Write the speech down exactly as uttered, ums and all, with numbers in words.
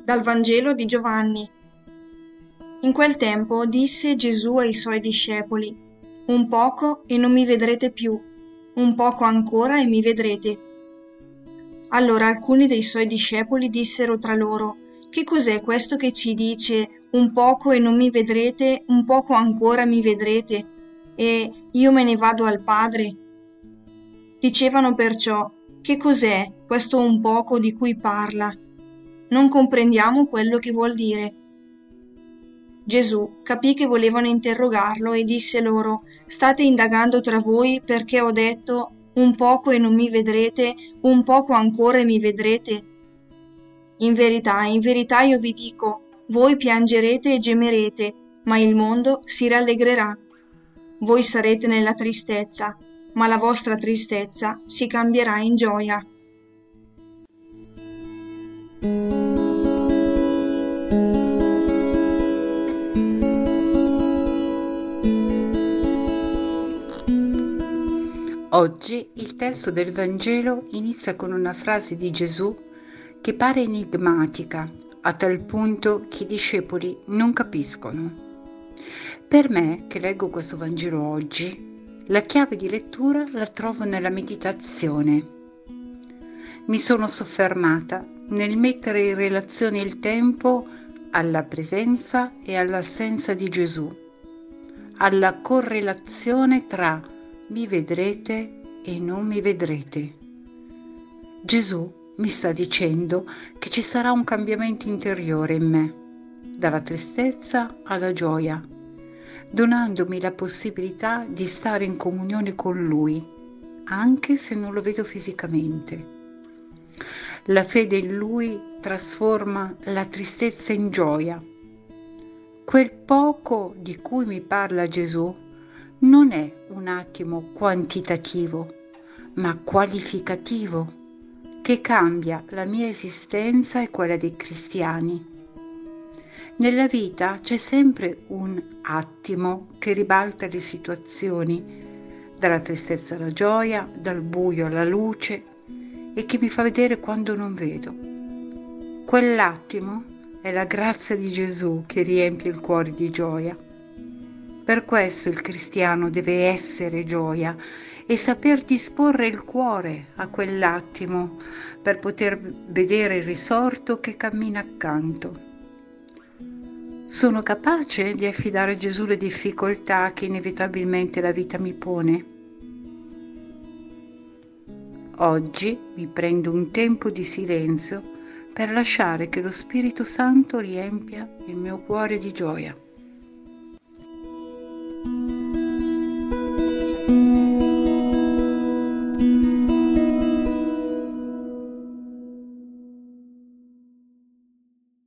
Dal Vangelo di Giovanni. In quel tempo disse Gesù ai suoi discepoli: Un poco e non mi vedrete più, un poco ancora e mi vedrete. Allora alcuni dei suoi discepoli dissero tra loro: Che cos'è questo che ci dice un poco e non mi vedrete, un poco ancora mi vedrete, e io me ne vado al Padre? Dicevano perciò: Che cos'è questo un poco di cui parla? Non comprendiamo quello che vuol dire. Gesù capì che volevano interrogarlo e disse loro: State indagando tra voi perché ho detto un poco e non mi vedrete, un poco ancora e mi vedrete? In verità, in verità io vi dico, voi piangerete e gemerete, ma il mondo si rallegrerà. Voi sarete nella tristezza, ma la vostra tristezza si cambierà in gioia. Oggi il testo del Vangelo inizia con una frase di Gesù che pare enigmatica, a tal punto che i discepoli non capiscono. Per me, che leggo questo Vangelo oggi, la chiave di lettura la trovo nella meditazione. Mi sono soffermata nel mettere in relazione il tempo alla presenza e all'assenza di Gesù, alla correlazione tra mi vedrete e non mi vedrete. Gesù mi sta dicendo che ci sarà un cambiamento interiore in me, dalla tristezza alla gioia, donandomi la possibilità di stare in comunione con Lui, anche se non lo vedo fisicamente. La fede in Lui trasforma la tristezza in gioia. Quel poco di cui mi parla Gesù non è un attimo quantitativo, ma qualificativo, che cambia la mia esistenza e quella dei cristiani. Nella vita c'è sempre un attimo che ribalta le situazioni, dalla tristezza alla gioia, dal buio alla luce, e che mi fa vedere quando non vedo. Quell'attimo è la grazia di Gesù che riempie il cuore di gioia. Per questo il cristiano deve essere gioia e saper disporre il cuore a quell'attimo per poter vedere il risorto che cammina accanto. Sono capace di affidare a Gesù le difficoltà che inevitabilmente la vita mi pone. Oggi mi prendo un tempo di silenzio per lasciare che lo Spirito Santo riempia il mio cuore di gioia.